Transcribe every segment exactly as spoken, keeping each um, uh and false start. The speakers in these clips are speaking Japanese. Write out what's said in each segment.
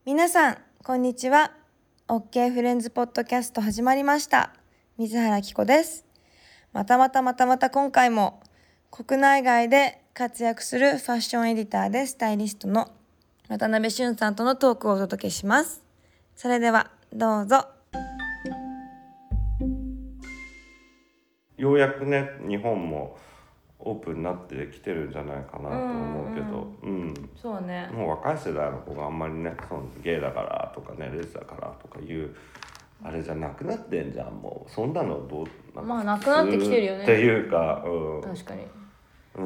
皆さんこんにちは。 OK フレンズポッドキャスト始まりました。水原希子です。またまたまたまた今回も国内外で活躍するファッションエディターでスタイリストの渡辺俊さんとのトークをお届けします。それではどうぞ。 ようやくね日本もオープンになってきてるんじゃないかなと思うけど、うん、うんうん、そうね。 もう若い世代の子があんまりねそのゲイだからとかねレズだからとかいうあれじゃなくなってんじゃん。もうそんなのどうなんかまあなくなってきてるよねっていうか、うん、 確かに。 うん、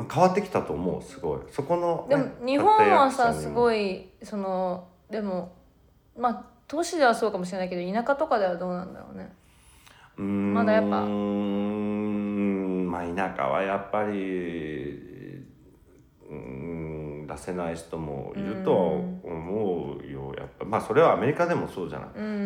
変わってきたと思う。すごいそこの、ね、 でも日本はさすごいいそのでもまあ都市ではそうかもしれないけど田舎とかではどうなんだろうね。 うーんまだやっぱまあ田舎はやっぱりうーん出せない人もいるとは思うよ。やっぱまあそれはアメリカでもそうじゃない。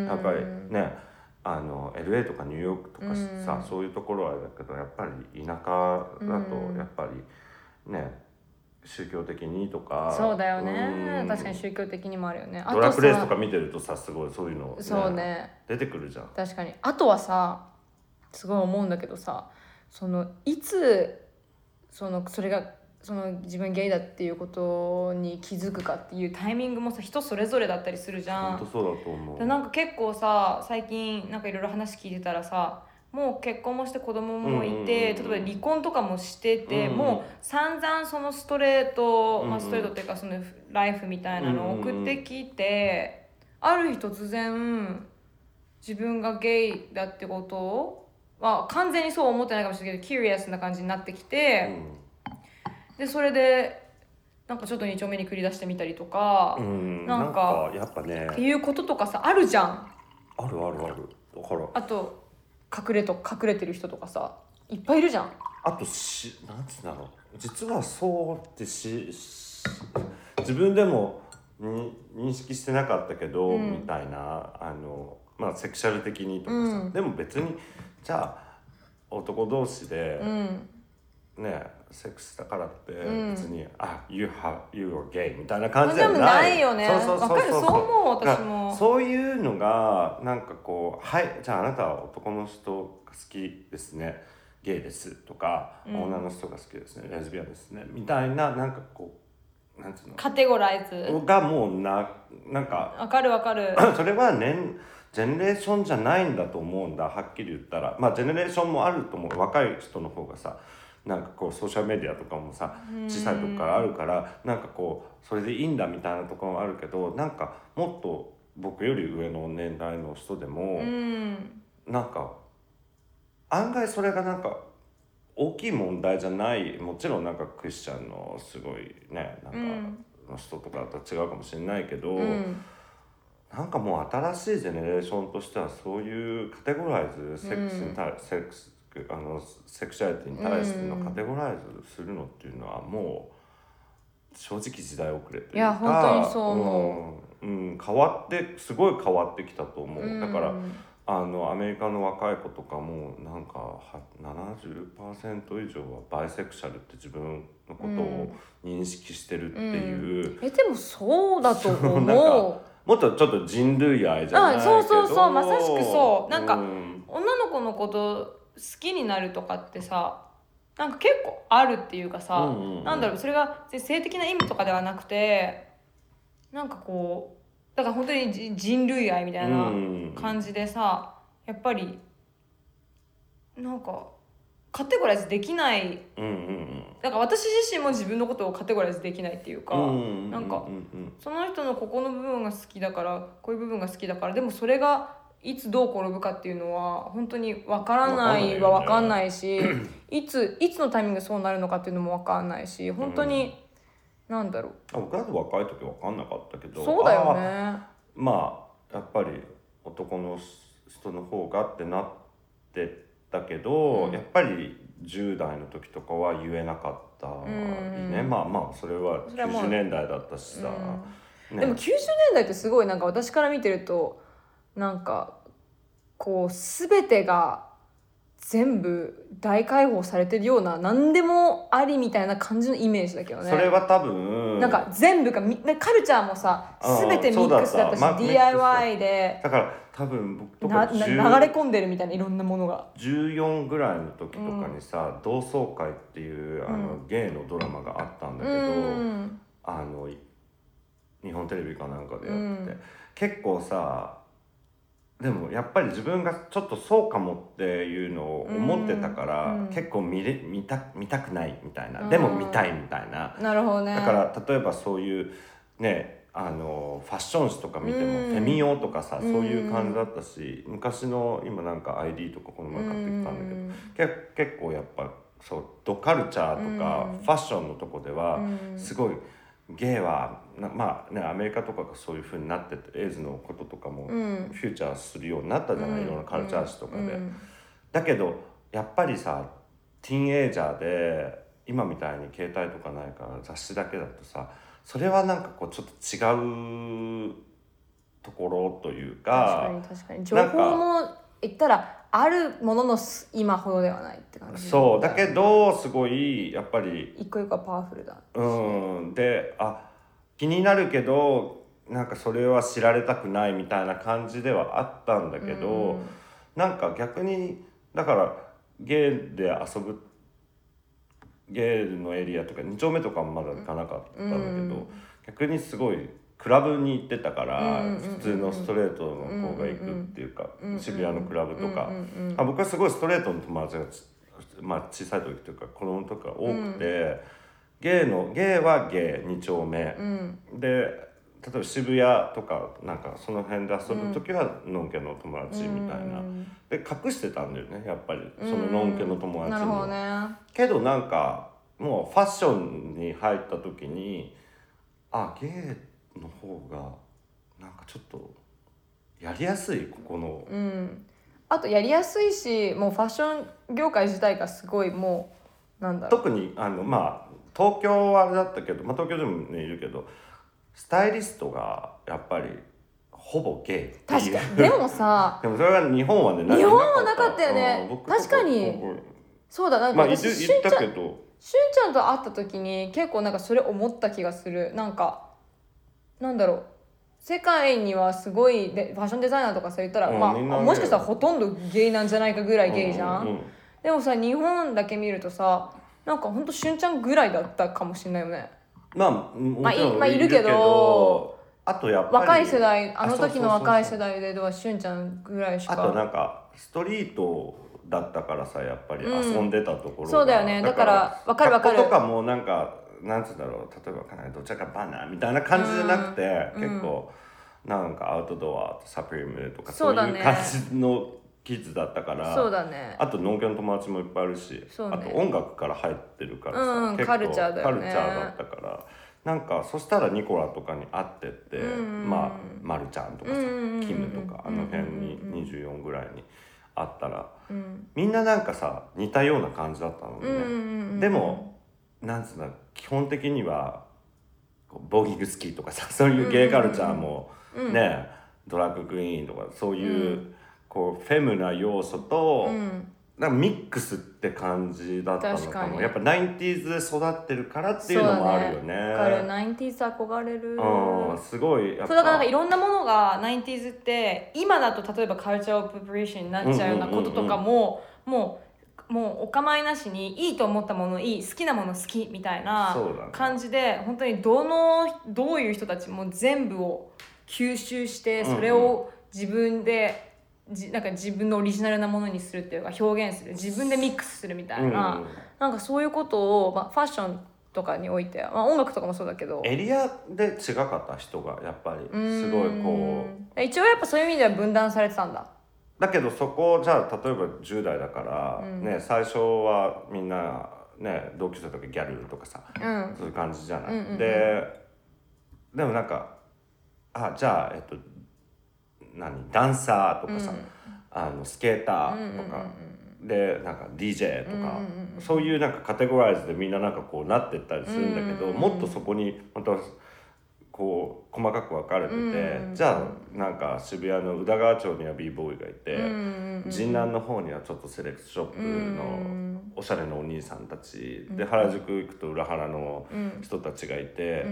やっぱりねあの エルエー とかニューヨークとかさそういうところはあれだけどやっぱり田舎だとやっぱりね宗教的にとかそうだよね。確かに宗教的にもあるよね。 ドラッグレースとか見てるとさすごいそういうの、ね、 そうね出てくるじゃん。 確かに。あとはさすごい思うんだけどさそのいつそのそれがその自分ゲイだっていうことに気づくかっていうタイミングもさ人それぞれだったりするじゃん。 本当そうだと思う。 でなんか結構さ最近なんかいろいろ話聞いてたらさもう結婚もして子供もいて、うんうんうん、例えば離婚とかもしてて、うんうん、もう散々そのストレート、うんうんまあ、ストレートっていうかそのライフみたいなのを送ってきて、うんうん、ある日突然自分がゲイだってことを、まあ、完全にそう思ってないかもしれないけどキュリアスな感じになってきて、うん、でそれでなんかちょっとに丁目に繰り出してみたりとか、うん、なんかなんかやっぱねっていうこととかさあるじゃん。 あるあるある。だからあと隠れと隠れてる人とかさいっぱいいるじゃん。 あとしなんつうんだろう実はそうってし自分でもに認識してなかったけど、うん、みたいなあのまあセクシャル的にとかさ、うん、でも別にじゃあ男同士で、うん、ねセックスだからって別に、うん、あ you have you are gay みたいな感じじゃない。 でもないよね。 そうそうそうそう。 わかるそう思う私も。 そういうのがなんかこうはいじゃああなたは男の人が好きですねゲイですとか、うん、女の人が好きですねレズビアンですねみたいななんかこうなんていうのカテゴライズがもうななんかわかるわかるそれは年ジェネレーションじゃないんだと思うんだ。はっきり言ったらまあジェネレーションもあると思う。若い人の方がさなんかこうソーシャルメディアとかもさ小さいとこからあるからなんかこうそれでいいんだみたいなところもあるけどなんかもっと僕より上の年代の人でもなんか案外それがなんか大きい問題じゃない。もちろんなんかクリスチャンのすごいねなんかの人とかとは違うかもしれないけど、うん、なんかもう新しいジェネレーションとしてはそういうカテゴライズセックスに対、うん、セックスあのセクシュアリティに対してのカテゴライズするのっていうのはもう正直時代遅れというか、 いや本当にそう思う、うんうん、変わってすごい変わってきたと思う、うん、だからあのアメリカの若い子とかもなんか ななじゅっパーセント 以上はバイセクシャルって自分のことを認識してるっていう、 うんうん、えでもそうだと思う。 なんかもっとちょっと人類愛じゃないけど、 うん、そうそうそうまさしくそうなんか、うん、女の子のこと好きになるとかってさなんか結構あるっていうかさ、うんうんうん、なんだろうそれが性的な意味とかではなくてなんかこうだから本当に人類愛みたいな感じでさやっぱりなんかカテゴライズできない、うんうんうん、だから私自身も自分のことをカテゴライズできないっていうか、うんうんうんうん、なんかその人のここの部分が好きだからこういう部分が好きだからでもそれがいつどう転ぶかっていうのは本当に分からないは分かんないし、いついつのタイミングでそうなるのかっていうのも分かんないし本当に、うん、なんだろう僕だと若い時分かんなかったけどそうだよね。 まあやっぱり男の人の方がってなってたけど、うん、やっぱりじゅう代の時とかは言えなかったりね、うん、まあまあそれはきゅうじゅうねんだいだったしさ、 うんね、でもきゅうじゅうねんだいってすごいなんか私から見てるとなんかこう全てが全部大解放されてるような何でもありみたいな感じのイメージだけどね。 それは多分なんか全部がみカルチャーもさ全てミックスだったし、 だった、ま、 ディーアイワイ でだから多分僕となかな流れ込んでるみたいな、いろんなものがじゅうよんぐらいの時とかにさ、うん、同窓会っていうあの、うん、ゲイのドラマがあったんだけど、うん、あの日本テレビかなんかでやってて、うん、結構さでもやっぱり自分がちょっとそうかもっていうのを思ってたから、うん、結構見れ見た見たくないみたいな、うん、でも見たいみたいな。 なるほどね。 だから例えばそういうねあのファッション誌とか見ても、うん、フェミオとかさ、そういう感じだったし、昔の今なんか アイディー とかこの前買ってきたんだけど、うん、け結構やっぱそうドカルチャーとか、うん、ファッションのとこではすごいゲイはまあねアメリカとかがそういう風になっててエイズのこととかもフューチャーするようになったじゃない、うん、いろんなカルチャー誌とかで、うん、だけどやっぱりさティーンエイジャーで今みたいに携帯とかないから雑誌だけだとさそれはなんかこうちょっと違うところというか、 確かに確かに情報も言ったらあるものの今ほどではないって感じ。 そうだけどすごいやっぱり一個一個パワフルだ。 うんであ気になるけどなんかそれは知られたくないみたいな感じではあったんだけど、うん、なんか逆にだからゲイで遊ぶゲイのエリアとかに丁目とかもまだ行かなかったんだけど、うん、逆にすごいクラブに行ってたから、うん、普通のストレートの子が行くっていうか、うん、渋谷のクラブとか、うん、あ僕はすごいストレートの友達が、まあ、小さい時というか子供の時が多くて、うん、ゲイのゲイはゲイに丁目、うん、で例えば渋谷とかなんかその辺で遊ぶ時はノンケの友達みたいな、うん、で隠してたんだよねやっぱりそのノンケの友達も、うんね、けどなんかもうファッションに入った時にあゲイの方がなんかちょっとやりやすいここの、 うん、あとやりやすいしもうファッション業界自体がすごいもうなんだろう特にあのまあ東京はあれだったけど、まあ、東京でもねいるけどスタイリストがやっぱりほぼゲイっていう。 確かにでもさでもそれは日本はね日本はなかったよね。確かにそうだなんか私、 まあ、言ったけどしゅんちゃんと会った時に結構なんかそれ思った気がする。なんかなんだろう世界にはすごいでファッションデザイナーとかさ言ったら、うんまあ、もしかしたらほとんどゲイなんじゃないかぐらいゲイじゃん、うんうん、でもさ日本だけ見るとさなんかほんとしゅんちゃんぐらいだったかもしれないよね。 まあ、 まあ、い, まあいるけどあとやっぱり若い世代あの時の若い世代ではしゅんちゃんぐらいしか。 あとなんかストリートだったからさやっぱり遊んでたところが、うん、 そうだよね。だから分かる分かる。 格好とかもなんかなんつうんだろう例えばかなどちらかバナーみたいな感じじゃなくて、うん、結構なんかアウトドアサプリメとかそういう感じのキッズだったから。 そうだね。 あとノンケの友達もいっぱいいるし、ね、あと音楽から入ってるからさ、 うん、 結構カルチャーだよね。 カルチャーだったからなんかそしたらニコラとかに会ってって、うん、まあマルちゃんとかさ、うん、キムとかあの辺ににじゅうよんぐらいに会ったら、うん、みんななんかさ似たような感じだったのね、うん、でもなんつうんだ基本的にはボギングスキーとかさそういうゲイカルチャーもね、うん、ドラッグクイーンとかそういう、うん、こうフェムな要素と、うん、なんかミックスって感じだったのかも。やっぱナインティーズで育ってるからっていうのもあるよね。 わかる。ナインティーズ憧れる。 うん、すごいやっぱ。 そうだからなんかいろんなものがナインティーズって今だと例えばカルチャーオププレーションになっちゃうようなこととかも、もうもうお構いなしにいいと思ったものいい好きなもの好きみたいな感じで、ね、本当にどのどういう人たちも全部を吸収してそれを自分で、うんうん、じなんか自分のオリジナルなものにするっていうか表現する自分でミックスするみたいな、うん、なんかそういうことを、まあ、ファッションとかにおいて、まあ、音楽とかもそうだけどエリアで違かった人がやっぱりすごいこう一応やっぱそういう意味では分断されてたんだ。 だけどそこじゃあ例えばじゅう代だから、うんね、最初はみんな、ね、同級生とかギャルとかさ、うん、そういう感じじゃない、うんうんうん、ででもなんかあじゃあえっと何ダンサーとかさ、うん、あのスケーターとか、うんうんうん、でなんか ディージェー とか、うんうんうん、そういうなんかカテゴライズでみんななんかこうなってったりするんだけど、うんうんうん、もっとそこにまたここう細かく分かれてて、 うん、 じゃあなんか渋谷の宇田川町には b ボーイがいて、 うん、 神南の方にはちょっとセレクトショップのおしゃれなお兄さんたち、うん、で原宿行くと裏原の人たちがいて、うん、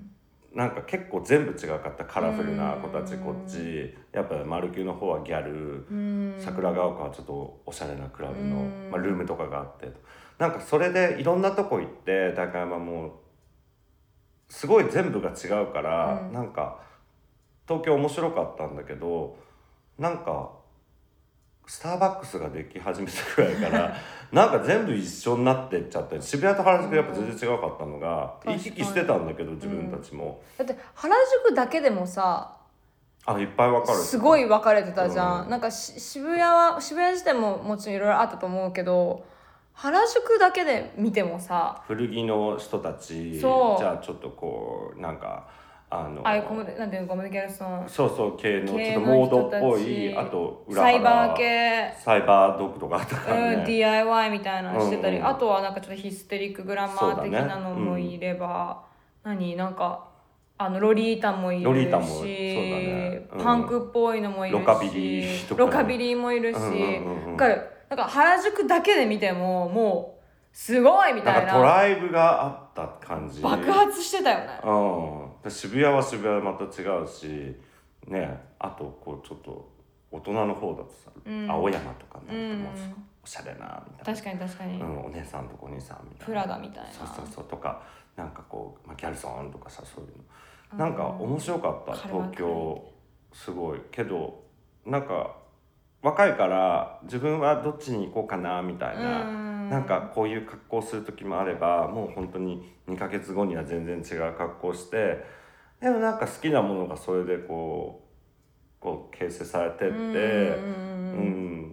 なんか結構全部違かったカラフルな子たち、うん、こっちやっぱマルキューの方はギャル、うん、桜ヶ丘はちょっとおしゃれなクラブの、うん、まあ、ルームとかがあって、なんかそれでいろんなとこ行って高山もすごい全部が違うから、うん、なんか東京面白かったんだけど、なんかスターバックスができ始めたくらいからなんか全部一緒になってっちゃって、渋谷と原宿やっぱ全然違かったのが、うん、行き来してたんだけど自分たちも、 うん、だって原宿だけでもさあいっぱい分かれてた、 すごい分かれてたじゃん、うん、なんか渋谷は渋谷自体ももちろんいろいろあったと思うけど、原宿だけで見てもさ古着の人たち、じゃあちょっとこうなんかあのああいうコムデなんていうのコムデギャルソンそうそう系のちょっとモードっぽい、あと裏サイバー系サイバードッグとかあったからね、 うん、ディーアイワイ みたいなのしてたり、うんうん、あとはなんかちょっとヒステリックグラマー的なのもいれば、ね、うん、何なんかあのロリータもいるし、ロリータもそうだね、うん、パンクっぽいのもいるし、 ロカビリーとか、 ロカビリーもいるし、うんうんうん、だからなんか原宿だけで見てももうすごいみたいな、 なんかトライブがあった感じ、 爆発してたよね、 うん、渋谷は渋谷また違うしね、あとこうちょっと大人の方だとさ、うん、青山とかになるともう、うん、おしゃれなみたいな、 確かに確かに、 うん、お姉さんとお兄さんみたいな、 プラダみたいな、 そうそうそうとか、なんかこう、まあ、ギャルソンとかさ、そういうのなんか面白かった、東京すごいけど、なんか若いから自分はどっちに行こうかなみたいな、んなんかこういう格好する時もあれば、もう本当ににかげつごには全然違う格好して、でもなんか好きなものがそれでこうこう形成されてって、うん、うん、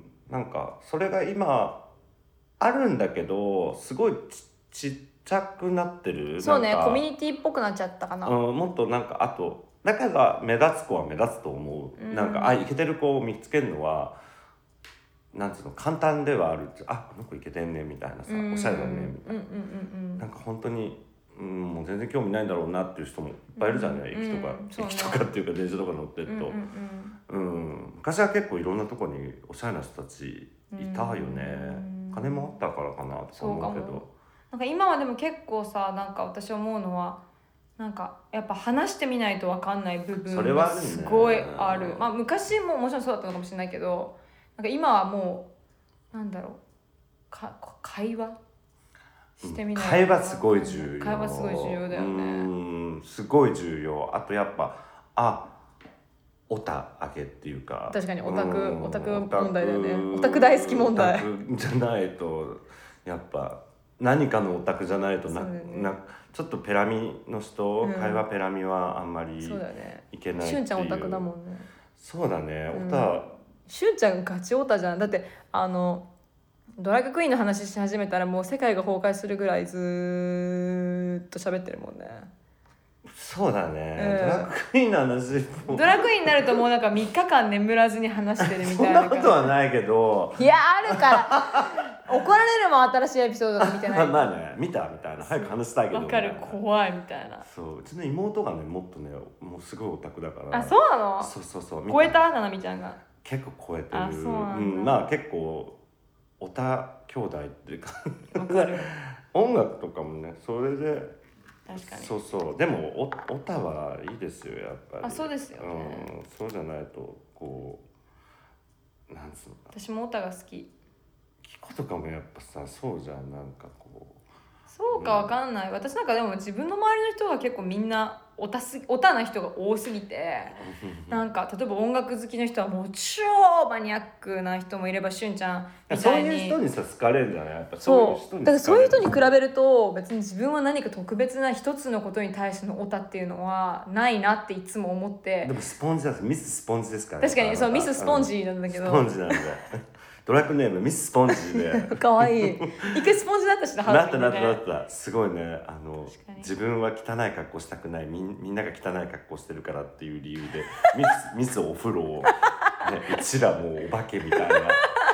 なんかそれが今あるんだけど、すごいち, ちっちゃくなってる、 そうね、コミュニティっぽくなっちゃったかな、 うん、もっとなんかあとだから目立つ子は目立つと思う、うん、なんかあイケてる子を見つけるのはなんつうの簡単ではある、ああの子イケてんねみたいなさ、おしゃれだねみたいな、うんうんうん、なんか本当に、うん、もう全然興味ないんだろうなっていう人もいっぱいいるじゃない、うん、駅とか、うん、駅とかっていうか電車とか乗ってると、うんうんうん、昔は結構いろんなとこにおしゃれな人たちいたよね、うん、金もあったからかなとか思うけど、 なんか今はでも結構さ、なんか私思うのはなんかやっぱ話してみないと分かんない部分がすごいある、まあ昔ももちろんそうだったのかもしれないけど、なんか今はもうなんだろうか会話してみないと、 会話すごい重要、 会話すごい重要だよね、 うんすごい重要。あとやっぱあオタあげっていうか、 確かにオタクオタク問題だよね、オタク大好き問題、 オタクじゃないとやっぱ何かのオタクじゃないと な,、ね、なちょっとペラミの人、うん、会話ペラミはあんまりいけないっていう。 しゅんちゃんオタクだもんね。 そうだね、オタ、うん、 しゅんちゃんガチオタじゃん。だってあのドラッグクイーンの話し始めたらもう世界が崩壊するぐらいずーっと喋ってるもんね。 そうだね、うん、ドラッグクイーンの話ドラッグクイーンになるともうなんかみっかかん眠らずに話してるみたいな。 そんなことはないけど、 いやあるから怒られるも新しいエピソードが見てないまあね、見たみたいな、早く話したいけど、 わかる、怖いみたいな。 そう、うちの妹がねもっとねもうすごいオタクだから。 あ、そうなの。 そうそうそう、 超えたななみちゃんが結構超えてる。 あ、そうなんだ、うん、 まあ結構オタ兄弟っていうかわかる音楽とかもねそれで、 確かにそうそう、でもオタはいいですよやっぱり。 あ、そうですよね、 うん、そうじゃないとこうなんつうのか、 私もオタが好き。 キコとかもやっぱさそうじゃん、なんかこうそうかわかんない、うん、私なんかでも自分の周りの人が結構みんなオタすオタな人が多すぎてなんか例えば音楽好きの人はもう超マニアックな人もいれば、しゅんちゃんみたいにそういう人にさ好かれるんじゃない、やっぱそういう人に好かれる。だからそういう人に比べると別に自分は何か特別な一つのことに対してのオタっていうのはないなっていつも思って。 でもスポンジだ、ミススポンジですからね。 確かにそう、ミススポンジなんだけど、 スポンジなんだドラッグネームミススポンジでかわいい一回スポンジだったしな、 なったなったなった、すごいね、あの自分は汚い格好したくない、みみんなが汚い格好してるからっていう理由でミスミスお風呂を、ね、うちらもうお化けみたいな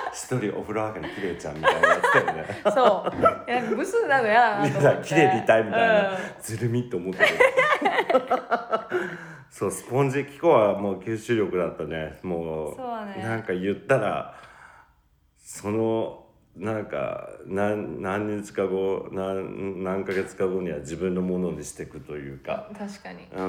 一人お風呂上がり綺麗ちゃんみたいなやつだよねそういやブスなのやだなと思って綺麗でいたいみたいな、 うん、 ずるみって思ってるそうスポンジキコはもう吸収力だったね。もうそうね、 なんか言ったらそのなんか 何, 何日か後 何, 何ヶ月か後には自分のものにしていくというか、 確かに、 うん、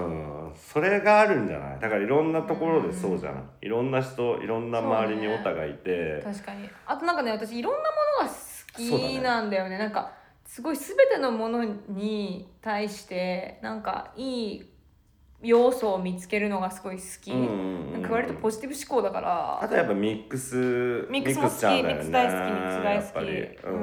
それがあるんじゃない。だからいろんなところでそうじゃない、いろんな人いろんな周りにオタがいて、 確かに。あとなんかね、私いろんなものが好きなんだよね。なんかすごい全てのものに対してなんかいい要素を見つけるのがすごい好き、うんうんうん、なんか割とポジティブ思考だから。 あとやっぱミックスミックスも好き、ミックス大好き、ミックス大好き、 うん、 うん、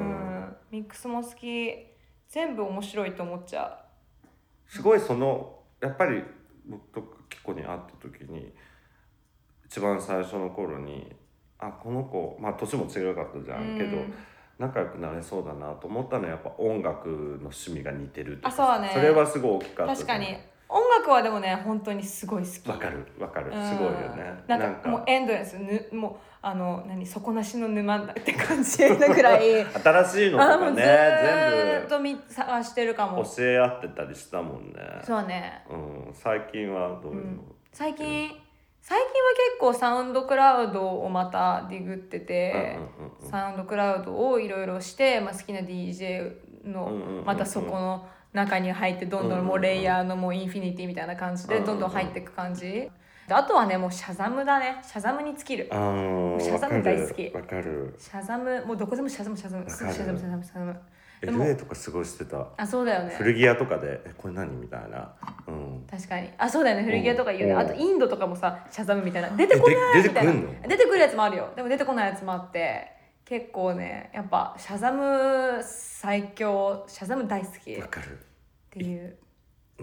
ミックスも好き、全部面白いと思っちゃう。すごいそのやっぱり僕とキコに会った時に一番最初の頃にあこの子まあ年も違かったじゃん、うん、けど仲良くなれそうだなと思ったのはやっぱ音楽の趣味が似てるとか。 あ、そうね、 それはすごい大きかった。 確かに音楽はでもね本当にすごい好き。 わかるわかる、すごいよね。 なんか、なんかもうエンドレスぬもうあの何底なしの沼だって感じなぐらい新しいのとかね全部ずっと見探してるかも。 教え合ってたりしたもんね。 そうね、 うん、最近はどういうの、うん、 最近最近は結構サウンドクラウドをまたディグってて、うんうんうんうん、サウンドクラウドをいろいろして、まあ、好きな ディージェー の、うんうんうんうん、またそこの中に入ってどんどんもうレイヤーのもうインフィニティみたいな感じでどんどん入っていく感じ。あとはねもうシャザムだね。シャザムに尽きる。シャザム大好き。 わかる。 シャザムもうどこでもシャザムシャザムシャザムシャザムシャザム。 エルエー とかすごいしてた。 あ、そうだよね。 古着屋とかでえこれ何みたいな、うん、 確かに。あ、そうだよね、古着屋とか言うね。あとインドとかもさシャザムみたいな出てこないみたいな。出てくんの？出てくるやつもあるよ。でも出てこないやつもあって結構ねやっぱシャザム最強。シャザム大好き。 わかる。 っていう。 うん、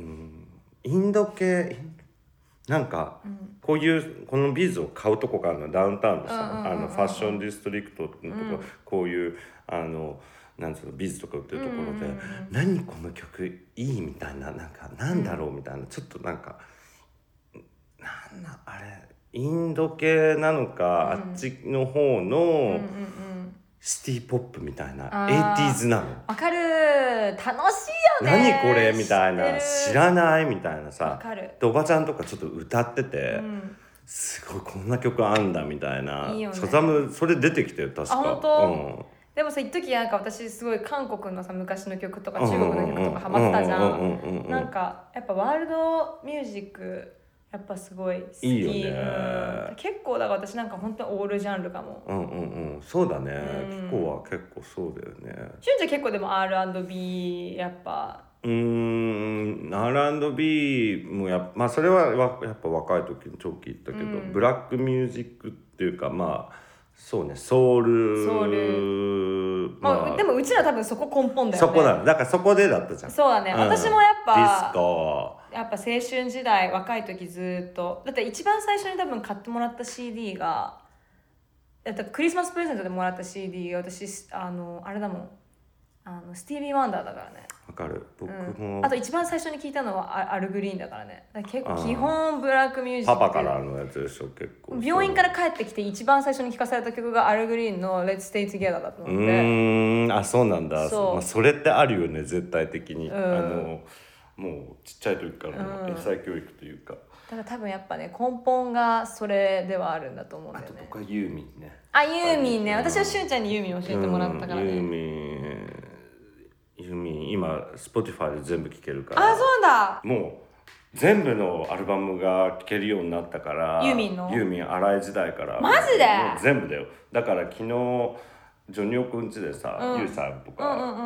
インド系なんか、うん、こういうこのビーズを買うとこがあるのダウンタウンのさ、うんうんうんうん、あのファッションディストリクトのとこ、うん、こういうあのなんつうのビーズとか売ってるところで、うんうんうん、何この曲いいみたいななんかなんだろうみたいな、うん、ちょっとなんかなんだあれインド系なのか、うん、あっちの方の、うんうんうん、シティポップみたいな エイティーズ なの。 わかる。楽しいよね。 何これみたいな知らないみたいなさ。 わかる。 でおばちゃんとかちょっと歌ってて、うん、すごいこんな曲あんだみたいな。いいよね。シャザムそれ出てきてよ確か。あ本当、うん、 でもさ一時なんか私すごい韓国のさ昔の曲とか中国の曲とかハマってたじゃん。なんかやっぱワールドミュージックやっぱすごい好き。いいよね、うん、結構だから私なんか本当にオールジャンルかも。 うんうんうんそうだね。キコ、うん、は結構そうだよね。 しゅんちゃん結構でも アールアンドビー やっぱうーん アールアンドビー もやまあそれはやっぱ若い時に超聞いたけど、うん、ブラックミュージックっていうかまあそうねソウルソウル、まあ、でもうちら多分そこ根本だよね。 そこだだからそこでだったじゃん。 そうだね、うん、私もやっぱディスコやっぱ青春時代若い時ずっとだって一番最初に多分買ってもらった シーディー がだってクリスマスプレゼントでもらった シーディー が私あのあれだもんあのスティービー・ワンダーだからね。 わかる僕も、 うん、あと一番最初に聞いたのはアルグリーンだからね。だから結構基本ブラックミュージックパパからのやつでしょ結構。 病院から帰ってきて一番最初に聴かされた曲がアルグリーンの Let's Stay Together だったので。うーんあそうなんだ。そう、まあ、それってあるよね絶対的に、うん、あのもうちっちゃい時からの英才教育というか、うん、 だから多分やっぱね根本がそれではあるんだと思うんだよね。 あと僕はユーミンね。 あユーミンね。私はしゅんちゃんにユーミン教えてもらったからね、 うん、ユーミンユーミン今 Spotify で全部聴けるから。 あそうだもう全部のアルバムが聴けるようになったからユーミンのユーミン荒い時代からマジでもう全部だよ。だから昨日ジョニオくんちでさ、うん、ユウさんとか、うんうんうんうん、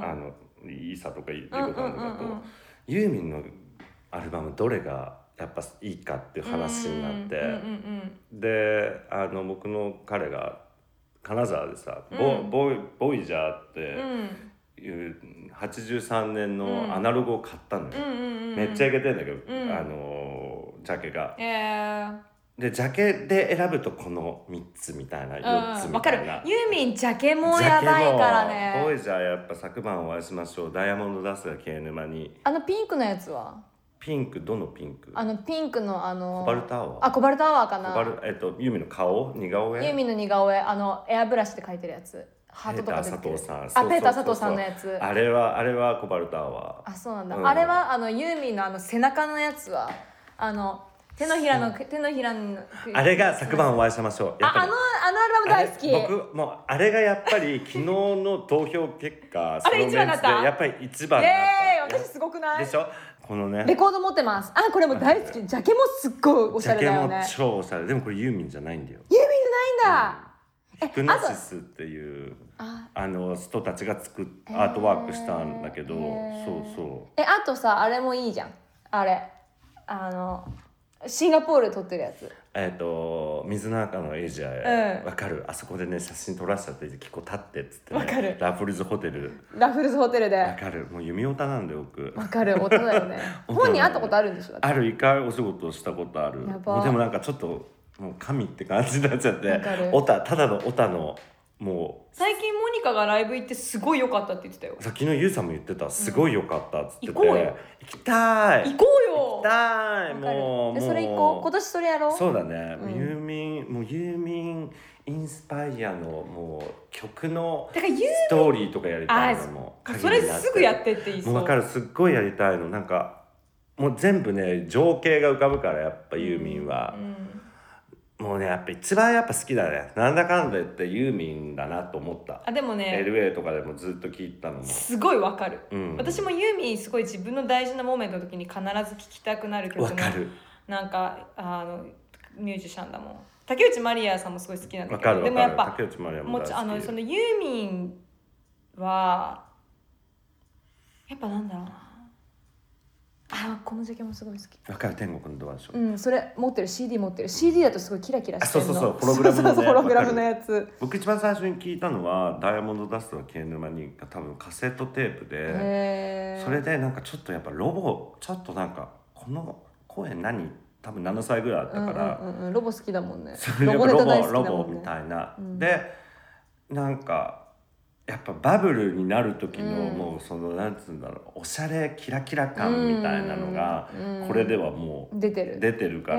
あのイーサとかリコさんとかと、うんうんうんうん、ユーミンのアルバムどれがやっぱいいかっていう話になって、うんうんうんうん、であの僕の彼が金沢でさ、うん、ボ, ボ, イボイジャーっていうはちじゅうさんねんのアナログを買ったのよ、うんうんうんうん、めっちゃイケてんだけど、うん、あのジャケが、えー、でジャケで選ぶとこのみっつみたいなよっつみたいな。 わかる。ユーミンジャケもやばいからね。 ボイジャーやっぱ昨晩お会いしましょうダイヤモンドダストが系沼に。 あのピンクのやつはピンクどのピンク？ あのピンクのあのコバルトアワー。 あコバルトアワーかな。 コバルえっとユーミンの顔似顔絵。 ユーミンの似顔絵あのエアブラシで描いてるやつ。ハートとか出てる。 ペーター佐藤さん。 あペーター佐藤さんのやつ。 あれはあれはコバルトアワー。 あそうなんだ。 うん、 あれはあのユーミンのあの背中のやつはあの手のひらの手のひらのあれが昨晩お会いしましょう。 ああのあのアルバム大好き。 僕もうあれがやっぱり昨日の投票結果あれ一番だった。 やっぱり一番だった。 えー、私すごくない？ でしょ。このねレコード持ってます。あこれも大好き。ジャケもすっごいおしゃれだよね。 ジャケも超おしゃれ。でもこれユーミンじゃないんだよ。 ユーミンじゃないんだ。 うん、ヒプノシスっていうああの人たちが作っアートワークしたんだけど、そうそう。 えあとさあれもいいじゃん。あれあのシンガポールで撮ってるやつ。 えっ、ー、と水の中のエイジアへ、わ、 うん、 かる。あそこでね写真撮らせちゃって結構立ってっつってわ、ね、かる。 ラフルズホテル。 ラフルズホテルで。 わかる。もう弓オタなんで僕。 わかる。オタだよね。本に会ったことあるんでしょ。 ある。一回お仕事したことある。 やば。 でもなんかちょっともう神って感じになっちゃって。オタただのオタの。もう最近モニカがライブ行ってすごい良かったって言ってたよ。 昨日ユウさんも言ってた。すごい良かったっつってて、うん、 行こうよ。 行きたい。 行こうよ。 行きたい。もうでそれ行こう。今年それやろう。 そうだね。うん、ユーミンもうユーミンインスパイアのもう曲のストーリーとかやりたいのも。 それすぐやってって言いそう。 もう分かる。すっごいやりたいの。なんかもう全部ね情景が浮かぶからやっぱユーミンは。うんうんもうねやっぱ一番やっぱ好きだね。なんだかんだ言ってユーミンだなと思った。 あでもねエルエー とかでもずっと聞いたのもすごいわかる、うん、私もユーミンすごい自分の大事なモーメントの時に必ず聴きたくなる曲のなんかあのミュージシャンだもん。竹内まりやさんもすごい好きなんだけど、でもやっぱ竹内まりやももちあのそのユーミンはやっぱなんだろうなあこのジャケもすごい好き。 わかる。天国のドアでしょ。 うんそれ持ってる シーディー 持ってる シーディー だとすごいキラキラしてるの。 あそうそうそうホログラムのね。 そうそうホログラムのやつ。 僕一番最初に聞いたのはダイヤモンドダストの消えぬ間にが多分カセットテープで、それでなんかちょっとやっぱロボちょっとなんかこの声何多分ななさいぐらいだったから、 うんうんうん、ロボ好きだもんね。 ロボネタ大好きだもんね。ロボみたいな、うん、でなんかやっぱバブルになる時の、うん、もうそのなんつうんだろうおしゃれキラキラ感みたいなのが、うん、これではもう出てる出てるから、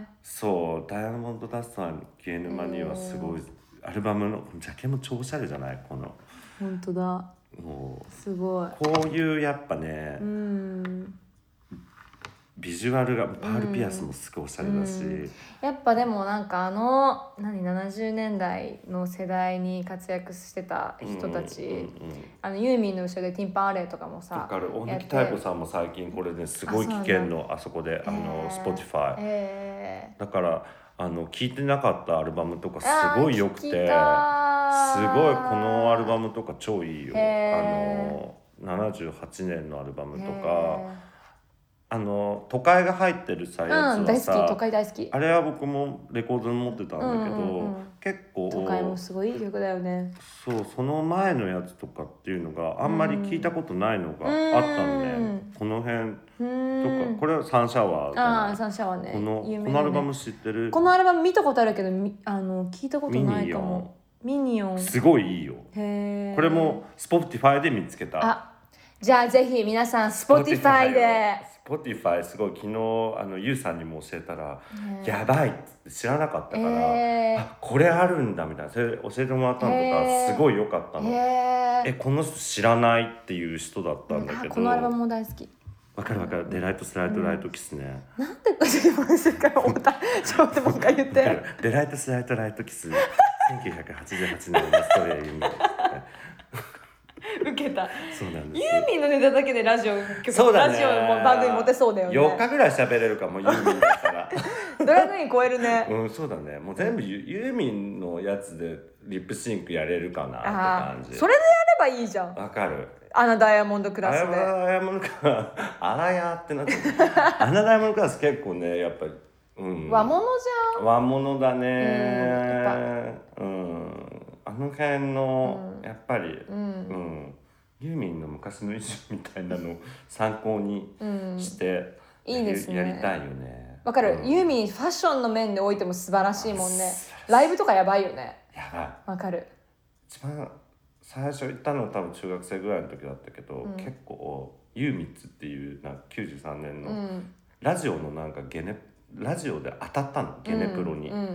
そうダイヤモンドダストの消えぬ間にはすごいアルバムのジャケも超おしゃれじゃないこの。 本当だ。もうすごいこういうやっぱね、うん、ビジュアルがパール・ピアスもすごいおしゃれだし、うん、 やっぱでもなんかあの何ななじゅうねんだいの世代に活躍してた人たち、うんうんうん、あのユーミンの後ろでティンパンアレイとかもさわかる。大貫妙子さんも最近これねすごい危険の あ, あそこであの Spotify、えー、だからあの聴いてなかったアルバムとかすごい良くてすごいこのアルバムとか超いいよ、えー、あのななじゅうはちねんのアルバムとか、えーあの都会が入ってるさやつはさ、うん、 大好き都会大好き。 あれは僕もレコードに持ってたんだけど、うんうんうん、結構都会もすごいいい曲だよね。 そうその前のやつとかっていうのがあんまり聞いたことないのがあったのね、うん、この辺とかこれはサンシャワーじゃない。 ああサンシャワーね。 この、ね、このアルバム知ってる？ このアルバム見たことあるけどあの聞いたことないかも。ミニオンすごいいいよ。へこれも Spotify で見つけた。 あじゃあぜひ皆さん Spotify で。 Spotify すごい昨日あのユウさんにも教えたらやばいって知らなかったから、えー、あこれあるんだみたいなそれ教えてもらったのとかすごい良かったの、えー、えこの人知らないっていう人だったんだけど、 このアルバムも大好き。 わかるわかる。デライトスライトライトキスね、 うん、なんでこれでもするか思ったちょっともう一回言ってデライトスライトライトキスせんきゅうひゃくはちじゅうはちねんのストレイに受けた。 そうなんです。 ユーミンのネタだけでラジオ曲そうだね、 ラジオも番組持てそうだよね。 よっかぐらい喋れるかもユーミンだったらドラグイン超えるね。 うんそうだね。もう全部ユーミンのやつでリップシンクやれるかなって感じ。 それでやればいいじゃん。 わかる。 アナダイヤモンドクラスで。 アナダイヤモンドクラスあらやってなってアナダイヤモンドクラス結構ねやっぱり、うん、 和物じゃん。 和物だね。うん、うん、あの辺の、うん、やっぱり、うんうんユーミンの昔の衣装みたいなのを参考にして、うん、いいですね。やりたいよね。 わかる、うん、ユーミンファッションの面でおいても素晴らしいもんね。ライブとかやばいよね。 やばい。 わかる。 一番最初行ったのは多分中学生ぐらいの時だったけど、うん、結構ユーミッツっていうなんかきゅうじゅうさんねんの、 うん、 ラジオのなんかゲネラジオで当たったのゲネプロに、 うんうんうんうん、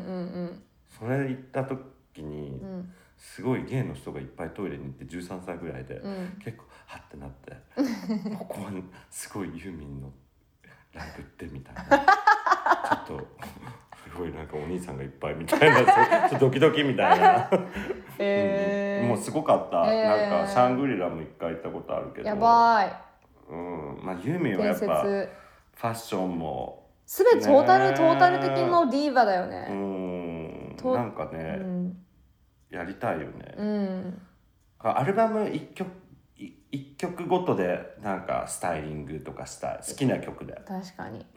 それ行った時に、 うん、 すごいゲイの人がいっぱいトイレに行ってじゅうさんさいぐらいで、 うん、 結構ハッてなってここはすごいユーミンのライブってみたいなちょっとすごいなんかお兄さんがいっぱいみたいなちょっとドキドキみたいな、えーうん、もうすごかった、えー、なんかシャングリラも一回行ったことあるけどやばい、 うん、まあユーミンはやっぱファッションもすべてトータル、ね、トータル的のディーバだよね。 うんなんかね、うん、やりたいよね、 うん、 アルバムいっきょく一曲ごとでなんかスタイリングとかしたい好きな曲で確かに、 うん、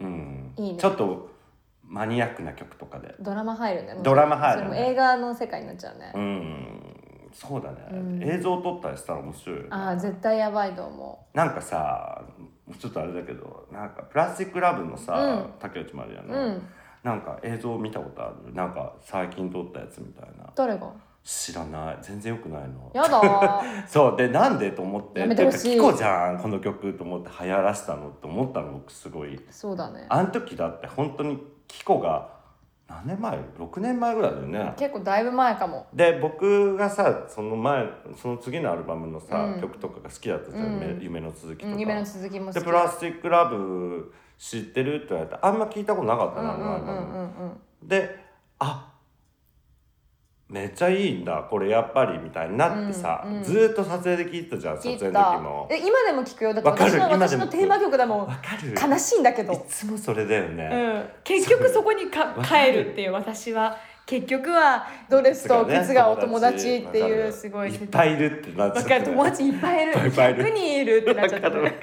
いいね、 ちょっとマニアックな曲とかでドラマ入るねドラマ入るねそれも映画の世界になっちゃうねうんそうだね、うん、映像撮ったりしたら面白いよねああ絶対やばいと思うなんかさちょっとあれだけどなんかプラスチックラブのさ、うん、竹内まりやの、うん、なんか映像見たことあるなんか最近撮ったやつみたいな誰が知らない全然よくないのやだそうでなんでと思ってやめてほしいキコじゃんこの曲と思って流行らしたのって思ったの僕すごいそうだねあの時だって本当にキコが何年前ろくねんまえぐらいだよね結構だいぶ前かもで僕がさその前その次のアルバムのさ、うん、曲とかが好きだったじゃん、うん、夢の続きとか、 うん、夢の続きも好きでプラスチックラブ知ってるって言われてあんま聞いたことなかったな、うんうんうんうん、であめっちゃいいんだこれやっぱりみたいになってさ、うんうん、ずーっと撮影で聴いてたじゃん撮影の時もえ今でも聴くよだって私の私のテーマ曲だもんわかる悲しいんだけどいつもそれだよね、 うん、結局そこにか帰るっていう私は結局はドレスと靴がお友達っていうすごいいっぱいいるってなっちゃって、 ね、友達いっぱいいるひゃくにんいるってなっちゃって、ね、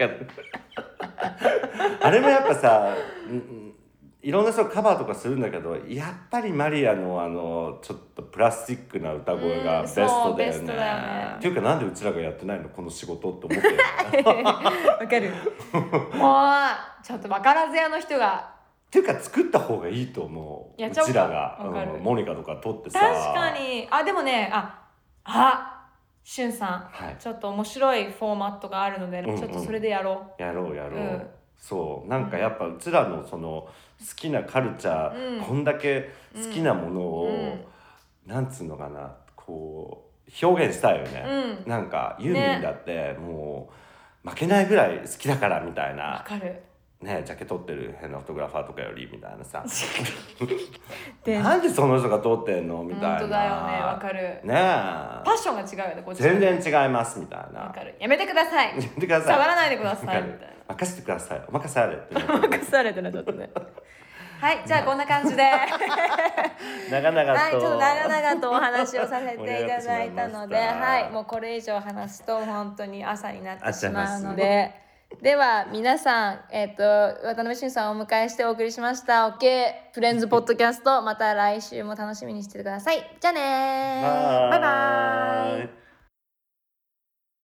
あれもやっぱさいろんな人カバーとかするんだけどやっぱりマリアのあのちょっとプラスチックな歌声がベストだよ ね,、うん、ベストだよねっていうかなんでうちらがやってないのこの仕事って思ってるわかるもうちょっと分からず屋の人がっていうか作った方がいいと思ううちらが、うん、モニカとか撮ってさ確かにあでもねああしゅんさん、はい、ちょっと面白いフォーマットがあるので、うんうん、ちょっとそれでやろうやろうやろう、うんそうなんかやっぱうちらのその好きなカルチャー、うん、こんだけ好きなものを、うん、なんつうのかなこう表現したいよね、うん、なんかユーミンだって、ね、もう負けないぐらい好きだからみたいなわかるねジャケ撮ってる変なフォトグラファーとかよりみたいなさなんでその人が撮ってんのみたいな本当だよねわかるねパッションが違うよねこっち全然違いますみたいなわかるやめてくださいやめてください触らないでくださいみたいな任せてくださいお任せあれってお任せあれってなっちゃったねはいじゃあこんな感じで長々と、 はい、ちょっと長々とお話をさせていただいたのではいもうこれ以上話すと本当に朝になってしまうのででは皆さん、えー、と渡辺俊さんをお迎えしてお送りしました OK フレンズポッドキャストまた来週も楽しみにしててくださいじゃあねーバイバーイ